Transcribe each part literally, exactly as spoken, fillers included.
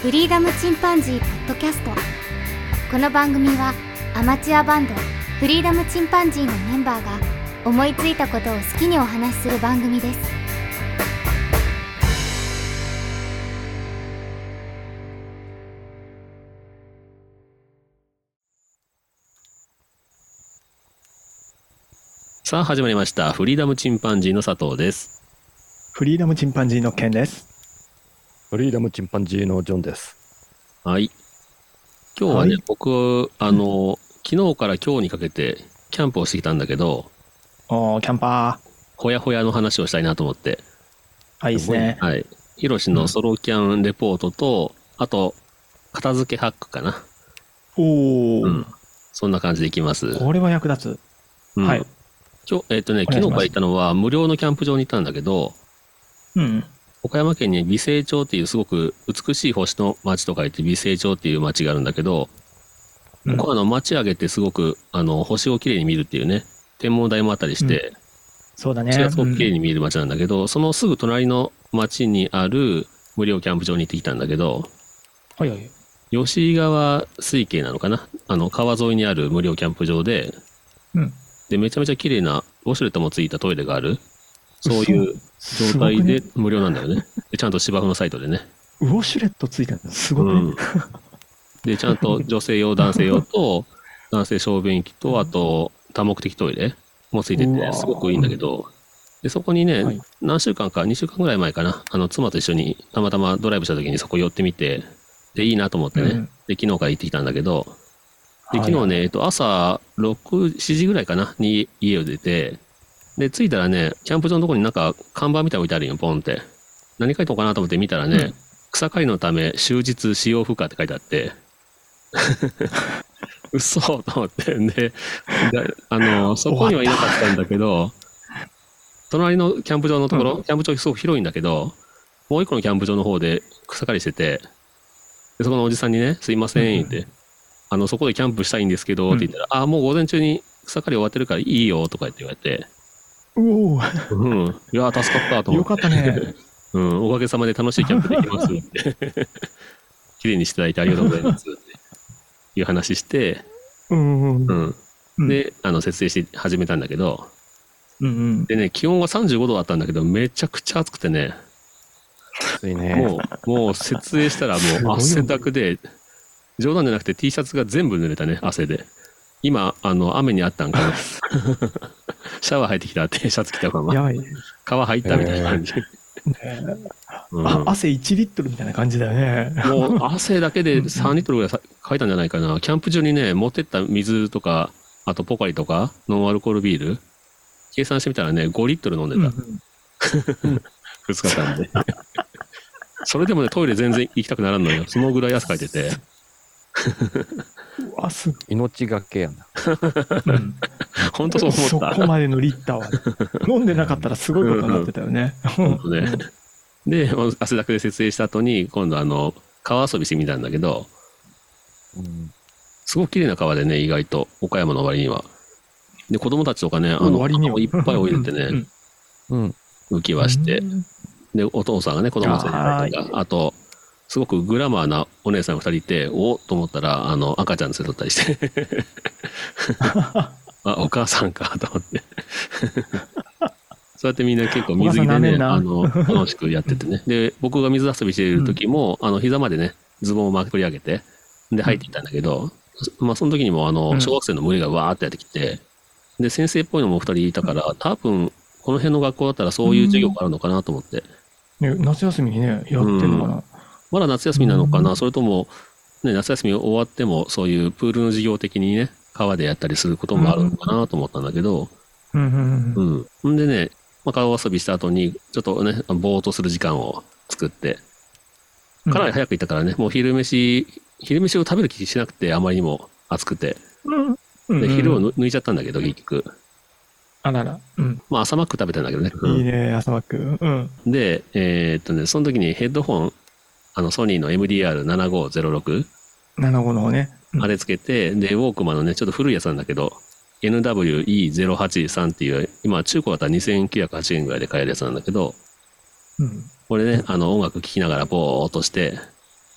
フリーダムチンパンジーポッドキャスト。この番組はアマチュアバンドフリーダムチンパンジーのメンバーが思いついたことを好きにお話しする番組です。 さあ始まりました。フリーダムチンパンジーの佐藤です。 フリーダムチンパンジーのケンです。 フリーダムチンパンジーのジョンです。 はい。今日はね、 はい、 僕、あの、昨日から今日にかけてキャンプをしてきたんだけど、 おー、キャンパー。 ほやほやの話をしたいなと思って。 あ、いいですね。 はい。ヒロシのソロキャンレポートと、うん、あと、片付けハックかな。 おー。 うん。そんな感じでいきます。 これは役立つ。 うん、 はい。 今日、えっとね、昨日から行ったのは無料のキャンプ場に行ったんだけど、 うん。 岡山県に美星町っていうすごく美しい星の町と書いて美星町っていう町があるんだけど、うん、ここはあの町上げてすごくあの星をきれいに見るっていうね、天文台もあったりして、うん、 そうだね。 星がすごくきれいに見える町なんだけど、うん、そのすぐ隣の町にある無料キャンプ場に行ってきたんだけど、 はいはい。 吉川水系なのかな、あの川沿いにある無料キャンプ場で、 うん、 でめちゃめちゃ綺麗なウォシュレットもついたトイレがある。そういう状態で無料なんだよね。でちゃんと芝生のサイトでね。 ウォシュレットついてるのすごくね、うん。 で、ちゃんと女性用、男性用と、男性小便器と、あと多目的トイレもついてて、すごくいいんだけど、で、そこにね、はい、何週間か、にしゅうかんぐらい前かな、あの、妻と一緒にたまたまドライブした時にそこ寄ってみて、で、いいなと思ってね、うん、で、昨日から行ってきたんだけど、で、昨日ね、えっと、朝ろく、しちぐらいかな、に家を出て、で、着いたらね、キャンプ場のところになんか看板みたいなの置いてあるよ、ポンって。何書いておかなと思って見たらね、うん、草刈りのため終日使用不可って書いてあって、嘘と思って、で、あの、そこにはいなかったんだけど、隣のキャンプ場のところ、うん、キャンプ場すごく広いんだけど、もう一個のキャンプ場の方で草刈りしてて、でそこのおじさんにね、すいません、って、うん、あの、そこでキャンプしたいんですけど、って言ったら、うん、あ、もう午前中に草刈り終わってるからいいよ、とか言って言われて、 おーうん。いや、助かったと思って。 よかったね。 うん、おかげさまで楽しいキャンプできますって。綺麗にしていただいてありがとうございますっていう話して、 うん、 うん、で、あの、設営し始めたんだけど、 うんうん、 でね、気温がさんじゅうごどあったんだけど、めちゃくちゃ暑くてね、 暑いね。 もう、もう設営したらもう汗だくで、冗談じゃなくて T シャツが全部濡れたね、汗で。今、あの、雨にあったんかな。シャワー入ってきたってシャツ着たまま。 やばい。 川入ったみたいな感じ。 えーうん、あ汗いちリットルみたいな感じだよね。 もう汗だけでさんリットルぐらいかいたんじゃないかな。キャンプ中にね、持ってった水とか、あとポカリとか、ノンアルコールビール、計算してみたらね、ごリットル飲んでた。うんうん、ふつかかんで。それでもね、トイレ全然行きたくならんのよ。そのぐらい汗かいてて。 うわす命がけやな。 うん、 本当そう思った。 そこまでのリッターは飲んでなかったらすごいことになってたよね。 本当ね。で、汗だくで設営した後に今度あの川遊びしてみたんだけど、うん、すごく綺麗な川でね、意外と岡山の割には。で、子供たちとかね、あの割にいっぱい泳いでてね、うん、浮き輪して、でお父さんがね子供連れてたりとか、あとすごくグラマーなお姉さんがふたりいて、おと思ったら、あの、赤ちゃん連れとったりして。あ、お母さんかと思って。そうやってみんな結構水着でね、あの、楽しくやっててね。で、僕が水遊びしている時も、うん、あの、膝までね、ズボンをまくり上げて、で、入っていったんだけど、うん、まあ、その時にも、あの、小学生の群れがわーってやってきて、で、先生っぽいのもふたりいたから、多分、この辺の学校だったらそういう授業があるのかなと思って。 ね、夏休みにね、やってるのかな。うん、 まだ夏休みなのかな、それとも、ね、夏休み終わってもそういうプールの授業的にね、川でやったりすることもあるのかなと思ったんだけど、うん。うん。んでね、まあ、川遊びした後に、ちょっとね、ぼーっとする時間を作って、かなり早く行ったからね、もう昼飯、昼飯を食べる気しなくて、あまりにも暑くて。で、昼を抜いちゃったんだけど、結局。 あらら。うん。 まあ、朝マック食べたんだけどね。 うん、いいね、朝マック。うん。 で、えー、っとね、その時にヘッドホン、あの、ソニーの エムディーアールななごーぜろろく。 ななじゅうごの方ね。 うん、あれつけて、で、ウォークマンのね、ちょっと古いやつなんだけど、エヌダブリューイーゼロはちさん っていう、今、中古だったらにせんきゅうひゃくはちえんぐらいで買えるやつなんだけど、うん、これね、あの、音楽聴きながらぼーっとして、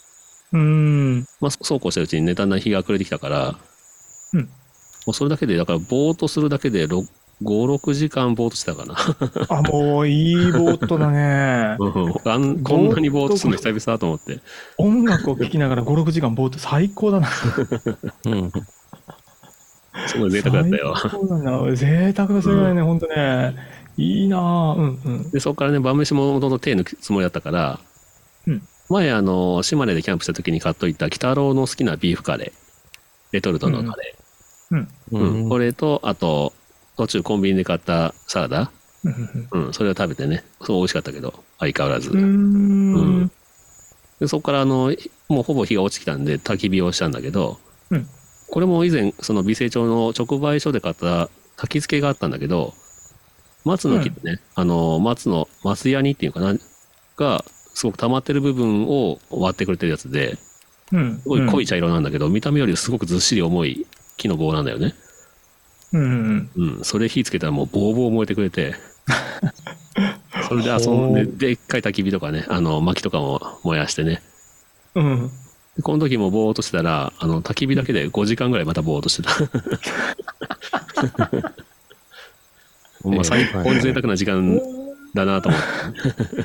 うーん。 まあ、そうこうしてるうちにね、だんだん日が暮れてきたから、 うん。 もうそれだけで、だからぼーっとするだけでご、ろくじかんぼーっとしてたかな。 あ、もういいぼーっとだね。 うんあんこんなにぼーっとするの久々だと思って。 音楽を聴きながらご、ろくじかんぼーっと最高だな。 うん。 すごい贅沢だったよ。 最高だな。贅沢だ、それはね、ほんとね。いいなぁ。うんうん。 で、そこからね、晩飯ももともと手抜くつもりだったから、 うん。 前、あの、島根でキャンプした時に買っといた、鬼太郎の好きなビーフカレー。レトルトのカレうん。 ー。うん。これと、あと、途中コンビニで買ったサラダ。 うんうん。それを食べてね、そう美味しかったけど、相変わらず。 うーん。 でそこからあのもうほぼ日が落ちてきたんで焚き火をしたんだけど、 うん、 これも以前その美星町の直売所で買った焚き付けがあったんだけど、松の木でね、うん、あの松の松ヤニっていうかながすごく溜まってる部分を割ってくれてるやつで、 うん、 すごい濃い茶色なんだけど、うん、見た目よりすごくずっしり重い木の棒なんだよね。 うんうんうん、それ火つけたらもうボーボー燃えてくれてそれで遊んででっかい焚き火とかね、あの薪とかも燃やしてね、 うん、 この時もぼーっとしてたら、あの焚き火だけでごじかんぐらいまたぼーっとしてたまあ最高に贅沢な時間だなと思って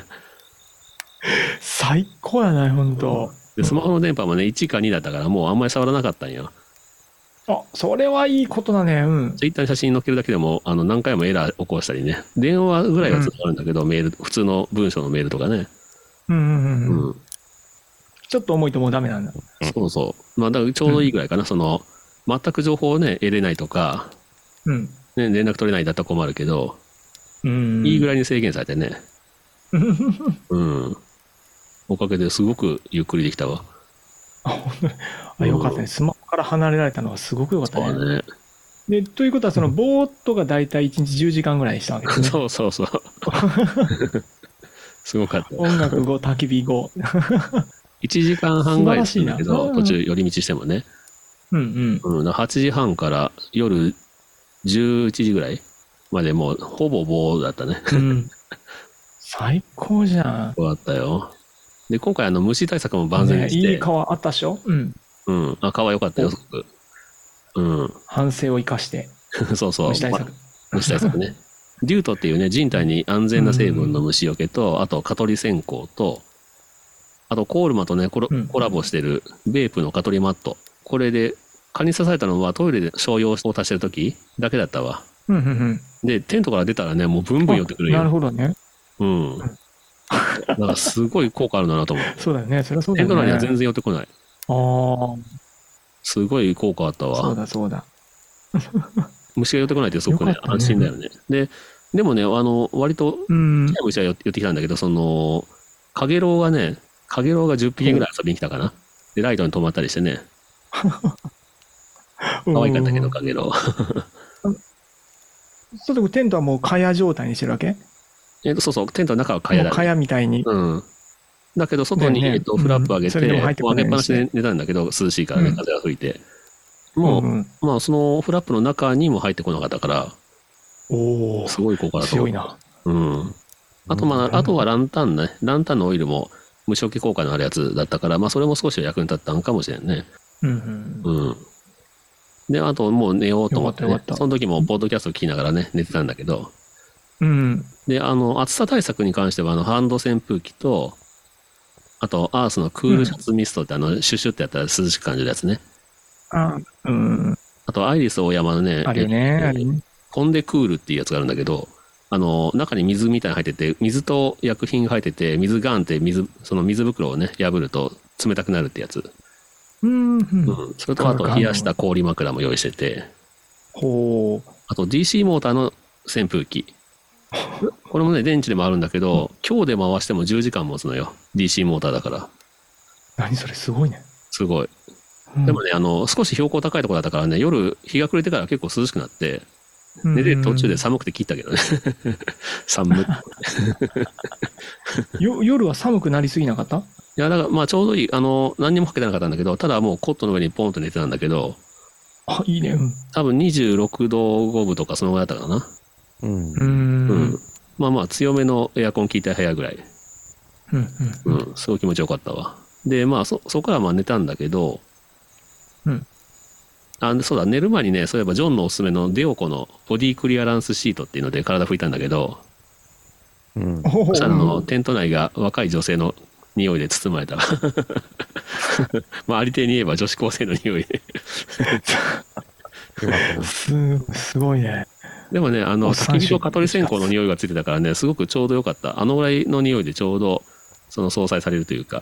最高やな、ほんと。 でスマホの電波もねいちかにだったからもうあんまり触らなかったんよ。 あ、それはいいことだね。うん。 ツイッターに写真載っけるだけでもあの何回もエラー起こしたりね、電話ぐらいはつながるんだけど、うん、メール普通の文章のメールとかね、 うんうんうん、うん、ちょっと重いともうダメなんだ。 そうそう、まあだからちょうどいいぐらいかな、うん、その全く情報をね得れないとか、 うんね、連絡取れないだったら困るけど、 うん、 いいぐらいに制限されてねうん、おかげですごくゆっくりできたわ。 あ、よかったね。スマホから離れられたのはすごくよかったね。 そうね。 で、ということは、その、ぼーっとがだいたいいちにちじゅうじかんぐらいしたわけですね。 そうそうそう。すごかった。 音楽後、焚き火後。 いちじかんはんぐらいしたんだけど、途中寄り道してもね。 うんうん。 うん、はちじはんから夜じゅういちじぐらいまでもうほぼ棒だったね。 うん、最高じゃん。 そうだったよ。で、今回あの虫対策も万全にして、 ね、いい川あったでしょ。うん。 うん。あ、川良かったよ、すごく。うん。 反省を生かして。 そうそう。 虫対策。ま、 虫対策ね。デュートっていうね、人体に安全な成分の虫除けと、あと蚊取り線香と、あとコールマとねコラ、コラボしてるベープの蚊取りマット。これで、蚊に刺されたのはトイレで商用を足してる時だけだったわ。 うんうんうん。 で、テントから出たらね、もうブンブン寄ってくるよ。 なるほどね。 うん。だからすごい効果あるんだなと思う。 そうだよね。それはそうだよね。 テント内には全然寄ってこない。 ああ。 すごい効果あったわ。 そうだそうだ。 虫が寄ってこないってすごくね、ね安心だよね。で、でもね、あの、割と、虫は寄ってきたんだけど、その、カゲロウがね、カゲロウがじゅっぴきぐらい遊びに来たかな。で、ライトに止まったりしてね。可愛かったけど、カゲロウ。 そうでテントはもう蚊帳状態にしてるわけ？ えっと、そうそう、テントの中は蚊帳だ、ね。 蚊帳みたいに。 うん。だけど、外に、ねねえっと、フラップ上げて、うん、上げっぱなしで寝たんだけど、涼しいからね、風が吹いて。もう、うん、まあ、そのフラップの中にも入ってこなかったから、 おすごい効果だと思う。 強いな。 うん。あと、まあ、あとはランタンね。ランタンのオイルも無色効果のあるやつだったから、まあ、それも少しは役に立ったんかもしれんね。 うん、 うん。うん。で、あと、もう寝ようと思って、ね、その時も、ポッドキャスト聞きながらね、寝てたんだけど、 うん。 で、あの、暑さ対策に関しては、あの、ハンド扇風機と、あと、アースのクールシャツミストって、あの、シュッシュってやったら涼しく感じるやつね。 あ、うん。 あと、アイリス大山のね、 あるよね、あるね。 コンデクールっていうやつがあるんだけど、あの、中に水みたいに入ってて、水と薬品が入ってて、水ガンって水、その水袋をね、破ると冷たくなるってやつ。 うん、うん。うん。 それと、あと、冷やした氷枕も用意してて。 ほう。 あと、ディーシー モーターの扇風機。これもね、電池でもあるんだけど、今日で回してもじゅうじかん持つのよ。ディーシー モーターだから。 何それ、すごいね。 すごい。うん、でもね、あの、少し標高高いところだったからね、夜、日が暮れてから結構涼しくなって、寝て途中で寒くて切ったけどね。寒っよ夜は寒くなりすぎなかった？ いや、だからまあちょうどいい、あの、何にもかけてなかったんだけど、ただもうコットンの上にポンと寝てたんだけど、 あ、いいね。うん、 多分にじゅうろくどごぶとかそのぐらいだったかな。 うん。うんうんまあまあ強めのエアコン効いた部屋ぐらい。 うんうん。 うん、すごい気持ちよかったわ。 で、まあそ、そこからまあ寝たんだけど、 うん。 あ、そうだ、寝る前にね、そういえばジョンのおすすめのデオコのボディクリアランスシートっていうので体拭いたんだけど、 うん。 おそしたらあの、 お。 テント内が若い女性の匂いで包まれた。まあ、ありていに言えば女子高生の匂いで。 よかったね。 す、すごいね。 でもね、あの、 お焚き火と蚊取り線香の匂いがついてたからね、すごくちょうどよかった。あのぐらいの匂いでちょうど、その相殺されるというか。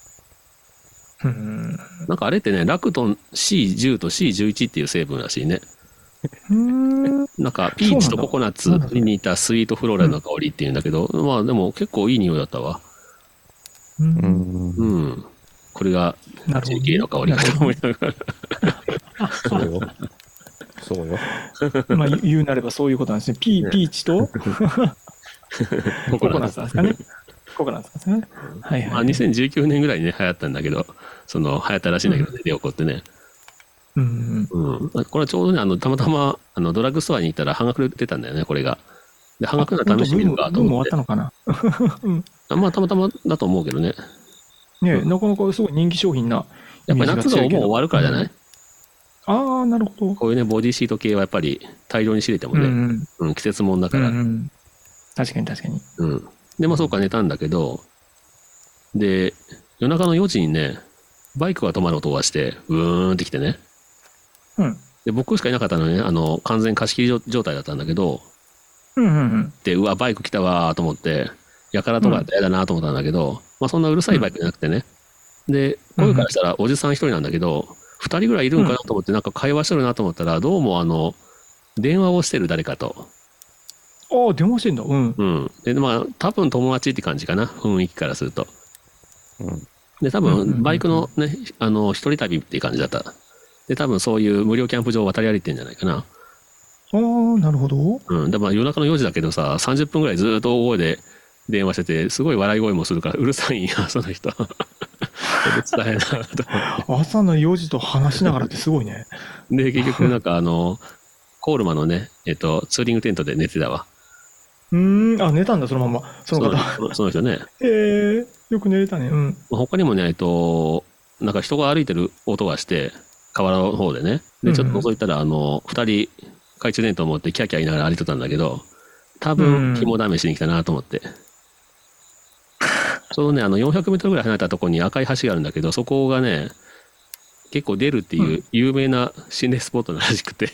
うん。 なんかあれってね、ラクトン シーじゅう と シーじゅういち っていう成分らしいね。 うん。 なんか、ピーチとココナッツに似たスイートフローラルの香りっていうんだけど、まあでも結構いい匂いだったわ。 う。 うんん。 うん。これがなるほどジェーケー の香りかと思いながら。 そうよ。そうよ。 まあ、言う言うなればそういうことなんですね。ピー、ピーチとココナッツなんですかね。ココナッツなんですかね。はいまあ、 はい。 にせんじゅうきゅうねんぐらいにね、流行ったんだけど、その、流行ったらしいんだけどね、デオコってね。 うん。 うん。これはちょうどね、あの、たまたま、あの、ドラッグストアに行ったら半額で売ってたんだよね、これが。で、半額なら試してみるかとブーム思って。 終わったのかな。うんあまあ、たまたまだと思うけどね。 ねえなかなかすごい人気商品な。 やっぱり夏がもう終わるからじゃない、 ああ、なるほど。 こういうね、ボディシート系はやっぱり大量に仕入れてもうんうね、 ん。 うん、季節もんだうから。 んうん。確かに確かに。 うん。で、まあそうか寝たんだけど、で、夜中のよじにね、バイクが止まる音がして、うーんってきてね。 うん。 で、僕しかいなかったのにね、あの、完全貸し切り状状態だったんだけど、 うんうんうん。 で、うわ、バイク来たわーと思って、やからとか嫌だなと思ったんだけど、まあそんなうるさいバイクじゃなくてね。で、声からしたらおじさん一人なんだけど、二人ぐらいいるんかなと思って、なんか会話してるなと思ったら、どうもあの、電話をしてる誰かと。 ああ、電話してんだ。うん。 うん。で、まあ、多分友達って感じかな、雰囲気からすると。 うん。 で、多うんうんうんうん分、バイクのね、あの、一人旅っていう感じだった。で、多分そういう無料キャンプ場を渡り歩いてんじゃないかな。 ああ、なるほど。 うん。で、まあ夜中のよじだけどさ、さんじゅっぷんぐらいずっと大声で電話してて、すごい笑い声もするから、うるさいんや、その人。伝えなと。 朝のよじと話しながらってすごいね。 で、結局なんかあの、コールマのね、えっと、ツーリングテントで寝てたわ。 うーん。あ、寝たんだ、そのまま。その方。 そのその人ね。 へえ、よく寝れたね。うん。 他にもね、えっと、なんか人が歩いてる音がして、河原の方でね。で、ちょっと覗いたら、あの、二人、懐中電灯を持ってキャーキャー言いながら歩いてたんだけど、多分、肝試しに来たなと思って。ちょうどね、あの、よんひゃくメートルぐらい離れたところに赤い橋があるんだけど、そこがね、結構出るっていう有名な心霊スポットらしくて、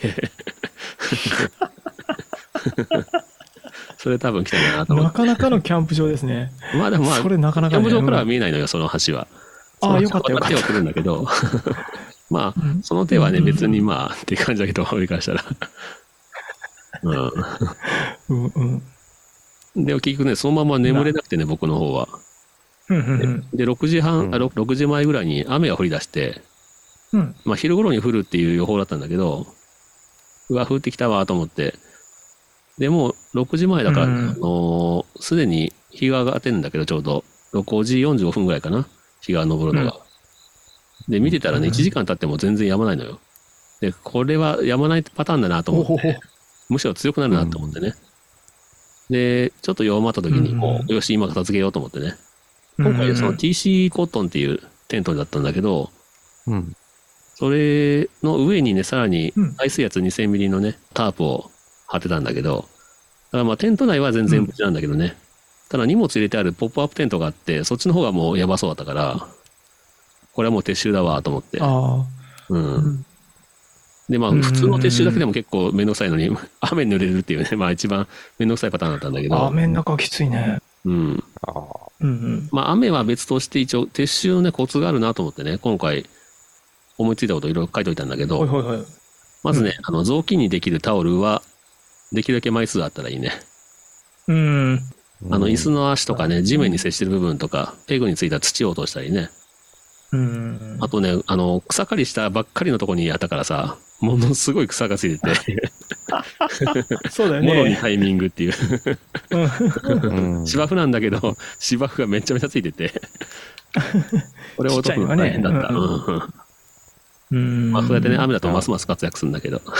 それ多分来たんだなと思って。 なかなかのキャンプ場ですね。 まあでもまあ、 それなかなかねキャンプ場からはうん見えないのよ、その橋は。 ああ、よかったよかった。 手を振るんだけど、まあ、 うんその手はね、 うん別にまあ、っていう感じだけど、俺からしたら。ううんうん。 ん。で、結局ね、そのまま眠れなくてね、僕の方は。 うんうんで、ろくじはん、 うんあ、ろくじまえぐらいに雨が降り出して、 うん。 まあ、昼頃に降るっていう予報だったんだけど、うわ、降ってきたわと思って。で、もうろくじまえだから、 うんあのーすでに日が上がってんだけど、ちょうど、ごじよんじゅうごふんぐらいかな、日が昇るのが。で、見てたらね、 うんいちじかん経っても全然止まないのよ。で、これは止まないパターンだなと思って、 おほほ。 むしろ強くなるなと思ってね。で、ちょっと弱まった時に、もう、よし、今片付けようと思ってね。今回、その ティーシー コットンっていうテントだったんだけど、 うん。 それの上にね、さらにうん耐水圧にせんミリのね、タープを張ってたんだけど、だからまあテント内は全然無事なんだけどね、ただ荷物入れてあるポップアップテントがあって、そっちの方がもうやばそうだったから、これはもう撤収だわと思って。 ああ。 う。 うんんで、まあうん普通の撤収だけでも結構めんどくさいのに、雨に濡れるっていうね、まあ一番めんどくさいパターンだったんだけど、 雨の中はきついね。 うん。 ああ。 うんうん。 まあ雨は別として一応撤収のね、コツがあるなと思ってね、今回思いついたこといろいろ書いておいたんだけど、 はいはいはい。 まずね、あの、雑巾にできるタオルは、できるだけ枚数あったらいいね。 うん。 あの、椅子の、 の足とかね、地面に接してる部分とか、ペグについた土を落としたりね。 うん。 あとね、あの、草刈りしたばっかりのとこにあったからさ、ものすごい草がついてて、 そうだよもろにね。 タイミングっていう。 うんうん、 芝生なんだけど、芝生がめちゃめちゃついてて、これを落とすのが大変だった。 ちっちゃいのはねうんうんうん。 まあ、そうやってね、雨だとますます活躍するんだけど。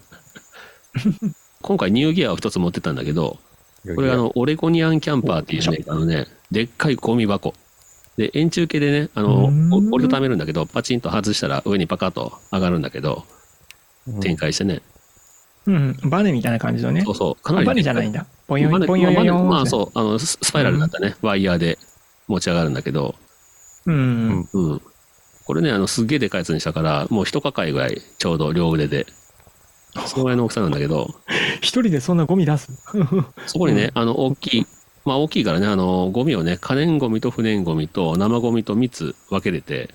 今回ニューギアを一つ持ってったんだけど、これがあの、オレゴニアンキャンパーっていうメーカーのね、でっかいゴミ箱。 で、円柱形でね、あの、 うんお折りたためるんだけど、パチンと外したら上にパカッと上がるんだけど、 うん展開してね。 うん。バネみたいな感じのね。 そうそう、かなり、 バネじゃないんだ。ポヨン、 バネポヨンヨヨン。 まあそう、あの、ススパイラルだったね、ワイヤーで持ち上がるんだけど、 う。 うんん。 うん。これね、あの、すっげえでかいやつにしたから、もう一抱えぐらい、ちょうど両腕で。そのぐらいの大きさなんだけど、 一人でそんなゴミ出す。 そこにね、あの、大きい、まあ大きいからね、あの、ゴミをね、可燃ゴミと不燃ゴミと生ゴミとみっつ分けれて、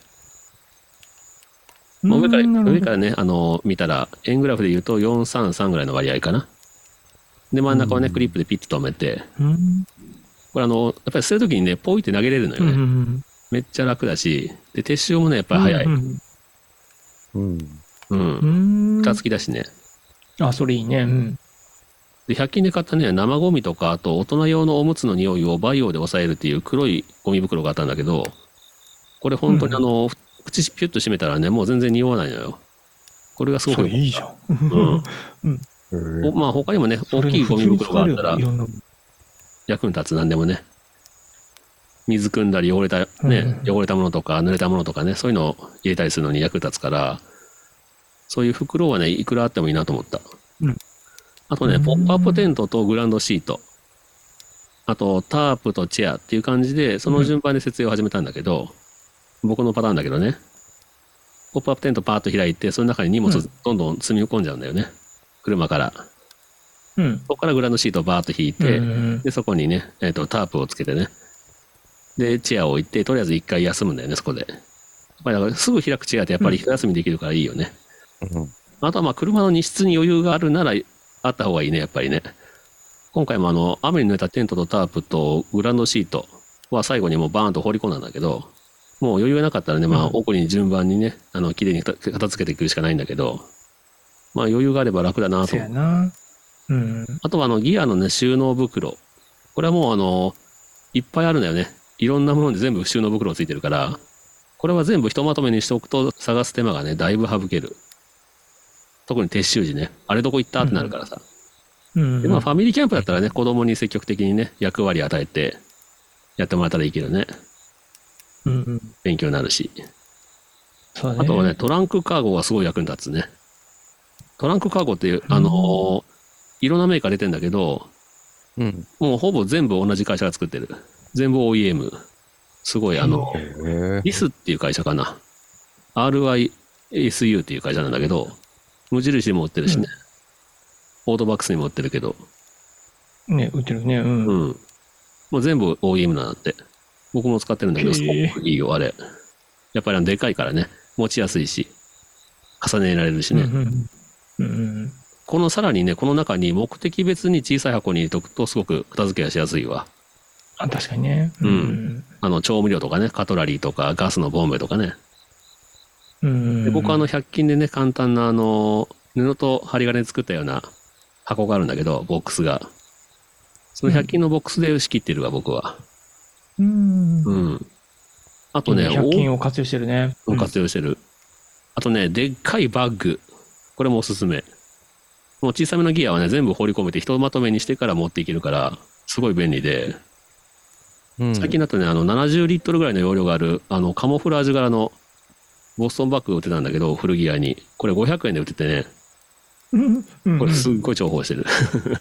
まあ上から、 うんなるほど上からね、あの、見たら、円グラフで言うとよんさんさんぐらいの割合かな。で、真ん中をね、 うんクリップでピッと止めて、 うん。 これあの、やっぱり捨てるときにね、ポイって投げれるのようんうね。 んめっちゃ楽だし、で、撤収もね、やっぱり早い。 うんうん。 うん。 うん。 蓋付きだしね。 あ、それいいね。うん。 で、ひゃく均で買ったね、生ゴミとか、あと大人用のおむつの匂いをバイオで抑えるっていう黒いゴミ袋があったんだけど、これ本当にあの、口ピュッと閉めたらね、もう全然匂わないのよ。これがすごくそれいいじゃん。 うん。おまあ他にもね、大きいゴミ袋があったらいろんな役に立つなんでもね。水汲んだり汚れた、ね、 うん汚れたものとか濡れたものとかね、そういうのを入れたりするのに役立つから、そういう袋はね、いくらあってもいいなと思った。 うんあとね、 うんポップアップテントとグランドシート、あとタープとチェアっていう感じで、その順番で設営を始めたんだけど、僕のパターンだけどね、ポップアップテントパーッと開いて、その中に荷物うんどんどん積み込んじゃうんだよね。車から。 うん。 そこからグランドシートをバーッと引いて、 うんで、そこにね、えっ、と、タープをつけてね。で、チェアを置いて、とりあえず一回休むんだよね、そこで。やっぱりだからすぐ開くチェアってやっぱり一休みできるからいいよね。 うん。 あとはまあ車の荷室に余裕があるならあった方がいいね、やっぱりね。今回もあの、雨に濡れたテントとタープとグランドシートは最後にもうバーンと放り込んだんだけど、もう余裕がなかったらね、まあうん奥に順番にね、あの、綺麗に片付けていくしかないんだけど、まあ余裕があれば楽だなとそう。やな。うん。 あとはあの、ギアのね、収納袋。これはもうあの、いっぱいあるんだよね。いろんなもので全部収納袋ついてるから、これは全部ひとまとめにしておくと探す手間がね、だいぶ省ける。特に撤収時ね、あれどこ行ったってなるからさ。 うん。 でまあファミリーキャンプだったらね、子供に積極的にね、役割与えてやってもらったらいいけどね、 うんうん。 勉強になるし。 そうだね。 あとはね、トランクカーゴがすごい役に立つね。トランクカーゴっていう、あのーいろんなメーカー出てんだけど、 うん。 もうほぼ全部同じ会社が作ってる。全部 オーイーエム。すごい、あの、 へえ。 リスっていう会社かな。アールアイエスユー っていう会社なんだけど、無印にも売ってるしね。オートバックスにも売ってるけど、 ね、売ってるね。うん。 うん。もう全部 オーイーエム なんだって。僕も使ってるんだけど、 へすえごくいいよ、あれ。やっぱりあのでかいからね、持ちやすいし、重ねられるしね。 うんうんうん。 このさらにね、この中に目的別に小さい箱に入れとくとすごく片付けがしやすいわ。 あ、確かにね。 うんあの、調味料とかね、カトラリーとかガスのボンベとかね。 うん。 で僕はあの、ひゃく均でね、簡単なあの、布と針金で作ったような箱があるんだけど、ボックスが。そのひゃく均のボックスで仕切ってるわ、僕は。 うん。 うん。あとね、 ひゃく均を活用してるね。 大活用してる。あとね、でっかいバッグ。これもおすすめ。もう小さめのギアはね、全部放り込めてひとまとめにしてから持っていけるから、すごい便利で、 うん。 最近だとね、あの、ななじゅうリットルぐらいの容量がある、あの、カモフラージュ柄のボストンバッグが売ってたんだけど、古着屋に。これごひゃくえんで売っててね、 うんうん。 これすっごい重宝してる。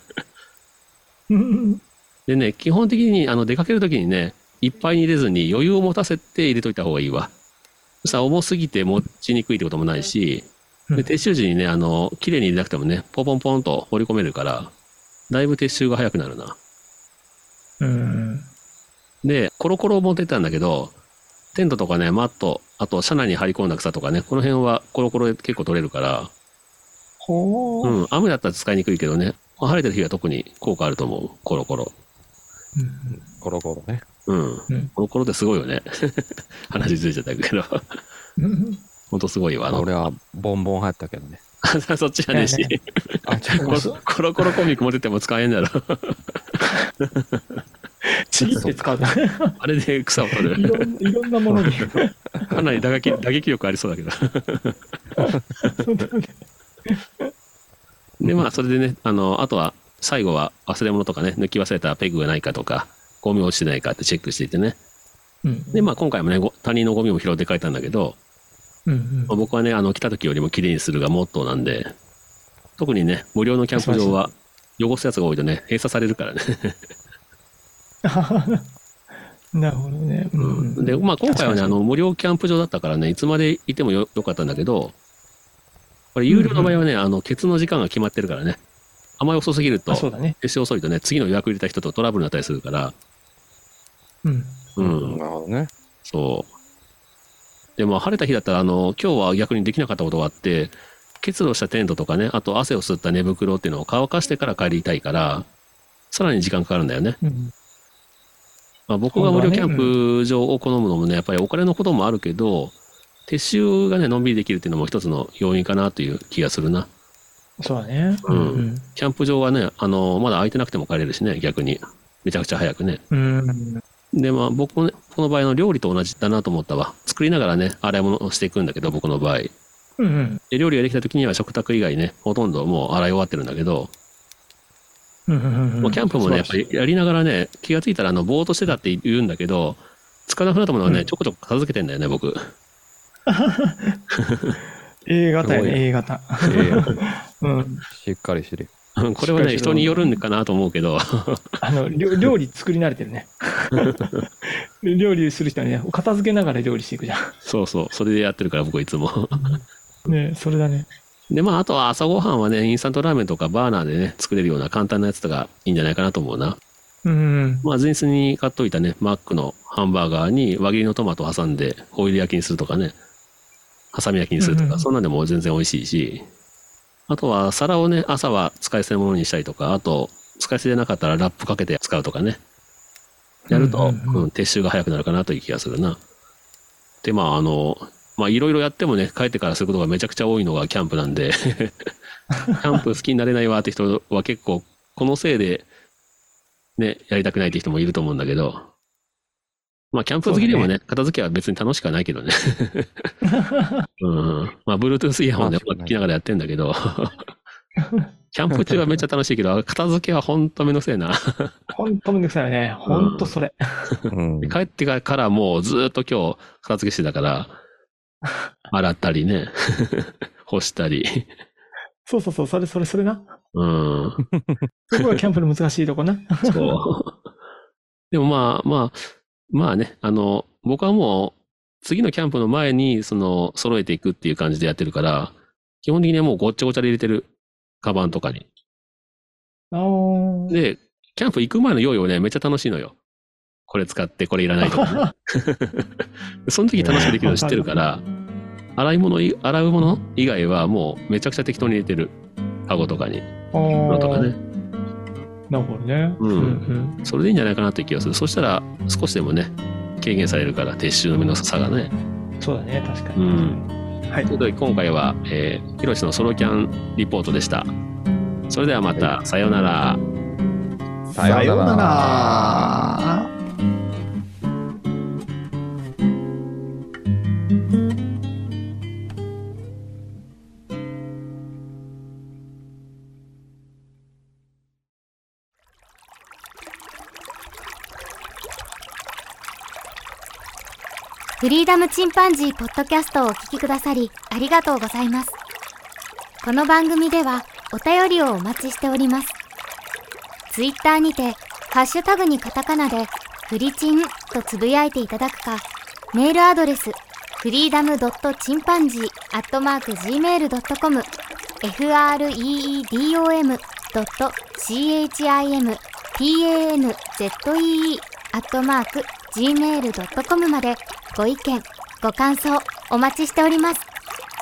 うんでね、基本的にあの出かけるときにね、いっぱいに入れずに余裕を持たせて入れといた方がいいわ。そしたら重すぎて持ちにくいってこともないし、で、撤収時にね、あの、綺麗に入れなくてもね、ポンポンポンと放り込めるから、だいぶ撤収が早くなるな。 うん。 で、コロコロを持ってったんだけど、テントとかね、マット、あと車内に張り込んだ草とかね、この辺はコロコロで結構取れるから、 ほう。 うん、雨だったら使いにくいけどね、晴れてる日は特に効果あると思う、コロコロ。 コロコロね。 うん。 うんコロコロってすごいよね。話ずれちゃったけど、 うん。 ほんとすごいわ。あの俺はボンボン流行ったけどね。 そっちはねえし、 あ、ちょっコロコロコロコミック持ってても使えんだろ。 ちぎって使う。 あれで草を取いる。 ろんいろんなものに。 かなり打撃打撃力ありそうだけど。で、まあ、それでね、あの、あとは、最後は忘れ物とかね、抜き忘れたペグがないかとか、ゴミ落ちてないかってチェックしていてね。 うんで、まあ今回もね、ご他人のゴミも拾って帰ったんだけど、 うんうんまあ、僕はね、あの、来た時よりもきれいにするがモットーなんで、特にね、無料のキャンプ場は汚すやつが多いとね、閉鎖されるからね。 なるほどね。うんうん、で、まあ今回はね、あの、無料キャンプ場だったからね、いつまでいてもよよかったんだけど、これ有料の場合はね、あの、ケツの時間が決まってるからね、あまり遅すぎると、 あ、そうだね。 決して遅いとね、次の予約入れた人とトラブルになったりするから、 うん。 うん、 なるほどね。 そう。でも晴れた日だったら、あの、今日は逆にできなかったことがあって、結露したテントとかね、あと汗を吸った寝袋っていうのを乾かしてから帰りたいから、さらに時間かかるんだよね。 うんまあ、僕が無料キャンプ場を好むのもね、やっぱりお金のこともあるけど、撤収がね、のんびりできるっていうのも一つの要因かなという気がするな。 そうだね。 うんキャンプ場はね、あの、まだ空いてなくても帰れるしね、逆に。めちゃくちゃ早くね。 うん。 で、まあ僕もね、この場合の料理と同じだなと思ったわ。作りながらね、洗い物をしていくんだけど、僕の場合。 うんうん。 で料理ができた時には食卓以外ね、ほとんどもう洗い終わってるんだけど、 うんうんうんまあキャンプもね、やっぱりやりながらね、気がついたらあの、ぼーっとしてたって言うんだけど、使わなくなったものはね、 うんちょこちょこ片付けてんだよね、僕。 A 型やすごいね、A 型。 ええうん。 しっかりしてる。 これはね、人によるんかなと思うけど、 あの、料料理作り慣れてるね。料理する人はね、片付けながら料理していくじゃそうそう、それでやってるから僕はいつも。 ん。ねそれだね。 で、まあ、あとは朝ごはんはね、インスタントラーメンとかバーナーでね、作れるような簡単なやつとかいいんじゃないかなと思うな。 うん。 まあ、前日に買っといたね、マックのハンバーガーに輪切りのトマトを挟んで、ホイル焼きにするとかね、ハサミ焼きにするとか、 うんうんそんなんでも全然美味しいし、あとは皿をね、朝は使い捨てのものにしたりとか、あと、使い捨てでなかったらラップかけて使うとかね、やると、 うんうんうんうん撤収が早くなるかなという気がするな。で、まあ、あの、まあ、いろいろやってもね、帰ってからすることがめちゃくちゃ多いのがキャンプなんで、キャンプ好きになれないわって人は結構、このせいで、ね、やりたくないって人もいると思うんだけど、まあ、キャンプ好きでもね、片付けは別に楽しくはないけどね。うん。まあ、Bluetooth イヤホンでまあ聞きながらやってんだけど、キャンプ中はめっちゃ楽しいけど、片付けはほんとめんどくせえな。 ほんとめんどくさいよね。ほんとそれ。 うん。 帰ってからもうずーっと今日片付けしてたから、洗ったりね、干したり。 そうそうそう、それそれそれな。 うん。 そこがキャンプの難しいとこな。 そう。でもまあまあ、まあね、あの、僕はもう、次のキャンプの前に、その、揃えていくっていう感じでやってるから、基本的にはもうごっちゃごちゃで入れてる。カバンとかに。 あーで、キャンプ行く前の用意をね、めっちゃ楽しいのよ。これ使って、これいらないとかね。その時楽しくできるの知ってるから、洗い物い、洗うもの以外はもうめちゃくちゃ適当に入れてる。カゴとかに。 あのとかね。 ーなるほどね。 うんうんそれでいいんじゃないかなって気がする。そしたら少しでもね、軽減されるから、撤収のめんどくささがね。 うんそうだね、確かうに。 ん。 はいということで今回は、えー、ひろしのソロキャンリポートでした。それではまた、さようなら。 さようなら。 ら。 フリーダムチンパンジーポッドキャストをお聞きくださりありがとうございます。この番組ではお便りをお待ちしております。ツイッターにてハッシュタグにカタカナでフリチンとつぶやいていただくか、メールアドレスフリーダムドットチンパンジーアットマーク ジーメールドットコム フリーダム ドット チンパンジー アットマーク ジーメールドットコム までご意見、ご感想お待ちしております。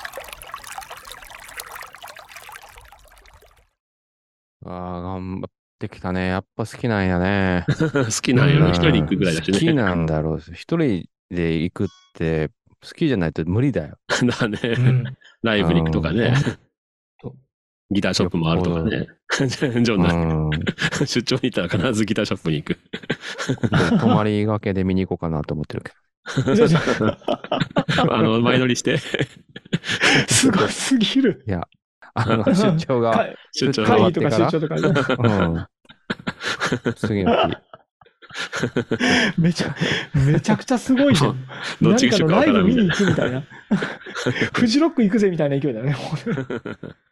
ああ、頑張ってきたね。やっぱ好きなんやね。 好きなんよね。一人で行くぐらいだしね。 好きなんだろう。一人で行くって好きじゃないと無理だよ。 だね、 うんライブに行くとかねそう。 ギターショップもあるとかね。ジョンうな、 ん。 出張に行ったら必ずギターショップに行く。 泊まりがけで見に行こうかなと思ってるけじゃあじゃあの、前乗りして、 あすごすぎる。 ど。いや、あの、出張が、 出張会が議とか出張とかね。 うん。次の日。 めちゃ、めちゃくちゃすごいじゃん。 どっちがしようか何かのライブ見にわからんみたいな。 行くみたいな。フジロック行くぜみたいな勢いだね。